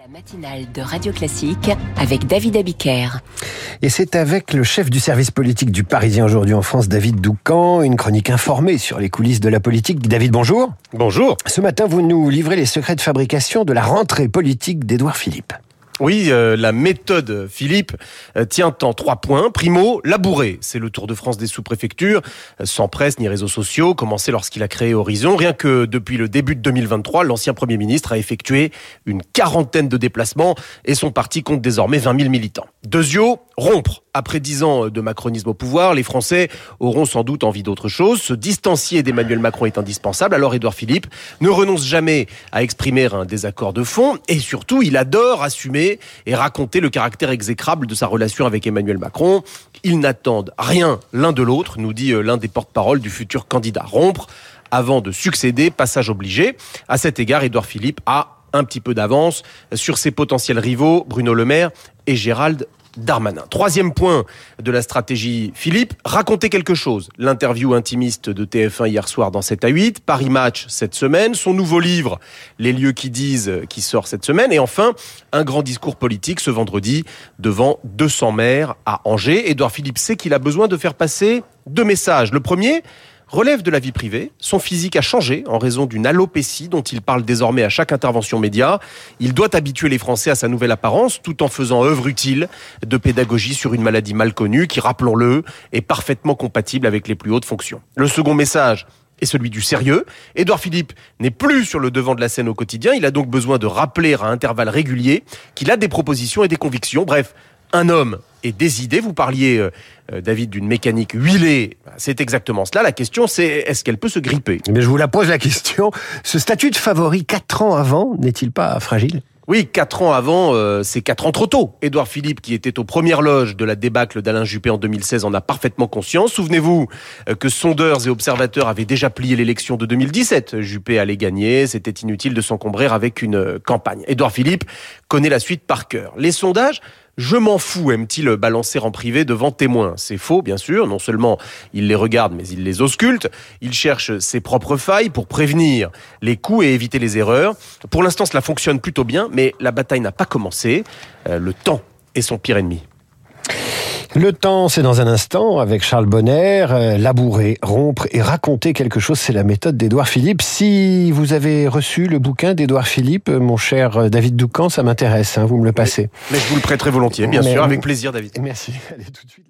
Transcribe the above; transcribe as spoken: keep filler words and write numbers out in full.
Matinale de Radio Classique avec David Abiker. Et c'est avec le chef du service politique du Parisien aujourd'hui en France, David Doucan, une chronique informée sur les coulisses de la politique. David, bonjour. Bonjour. Ce matin, vous nous livrez les secrets de fabrication de la rentrée politique d'Édouard Philippe. Oui, euh, la méthode Philippe euh, tient en trois points. Primo, labourer. C'est le tour de France des sous-préfectures, euh, sans presse ni réseaux sociaux, commencé lorsqu'il a créé Horizon. Rien que depuis le début de deux mille vingt-trois, l'ancien Premier ministre a effectué une quarantaine de déplacements et son parti compte désormais vingt mille militants. Deuxio, rompre. Après dix ans de macronisme au pouvoir, les Français auront sans doute envie d'autre chose. Se distancier d'Emmanuel Macron est indispensable. Alors Édouard Philippe ne renonce jamais à exprimer un désaccord de fond et surtout, il adore assumer et raconter le caractère exécrable de sa relation avec Emmanuel Macron. Ils n'attendent rien l'un de l'autre, nous dit l'un des porte-parole du futur candidat. Rompre avant de succéder, passage obligé. À cet égard, Édouard Philippe a un petit peu d'avance sur ses potentiels rivaux, Bruno Le Maire et Gérald Darmanin. Troisième point de la stratégie Philippe, raconter quelque chose. L'interview intimiste de T F un hier soir dans sept à huit, Paris Match cette semaine, son nouveau livre, Les lieux qui disent, qui sort cette semaine, et enfin, un grand discours politique ce vendredi devant deux cents maires à Angers. Édouard Philippe sait qu'il a besoin de faire passer deux messages. Le premier relève de la vie privée. Son physique a changé en raison d'une alopécie dont il parle désormais à chaque intervention média. Il doit habituer les Français à sa nouvelle apparence tout en faisant œuvre utile de pédagogie sur une maladie mal connue qui, rappelons-le, est parfaitement compatible avec les plus hautes fonctions. Le second message est celui du sérieux. Édouard Philippe n'est plus sur le devant de la scène au quotidien. Il a donc besoin de rappeler à intervalles réguliers qu'il a des propositions et des convictions. Bref, un homme et des idées. Vous parliez, euh, David, d'une mécanique huilée. C'est exactement cela. La question, c'est est-ce qu'elle peut se gripper ? Mais je vous la pose la question. Ce statut de favori quatre ans avant n'est-il pas fragile ? Oui, quatre ans avant, euh, c'est quatre ans trop tôt. Édouard Philippe, qui était aux premières loges de la débâcle d'Alain Juppé en deux mille seize, en a parfaitement conscience. Souvenez-vous euh, que sondeurs et observateurs avaient déjà plié l'élection de deux mille dix-sept. Juppé allait gagner, c'était inutile de s'encombrer avec une euh, campagne. Édouard Philippe connaît la suite par cœur. Les sondages, je m'en fous, aime-t-il balancer en privé devant témoins. C'est faux, bien sûr. Non seulement il les regarde, mais il les ausculte. Il cherche ses propres failles pour prévenir les coups et éviter les erreurs. Pour l'instant, cela fonctionne plutôt bien, mais la bataille n'a pas commencé. Euh, le temps est son pire ennemi. Le temps, c'est dans un instant, avec Charles Bonner. Euh, labourer, rompre et raconter quelque chose, c'est la méthode d'Édouard Philippe. Si vous avez reçu le bouquin d'Édouard Philippe, mon cher David Doucan, ça m'intéresse, hein, vous me le passez. Mais, mais je vous le prêterai volontiers, bien mais, sûr, avec plaisir, David. Merci. Allez, tout de suite.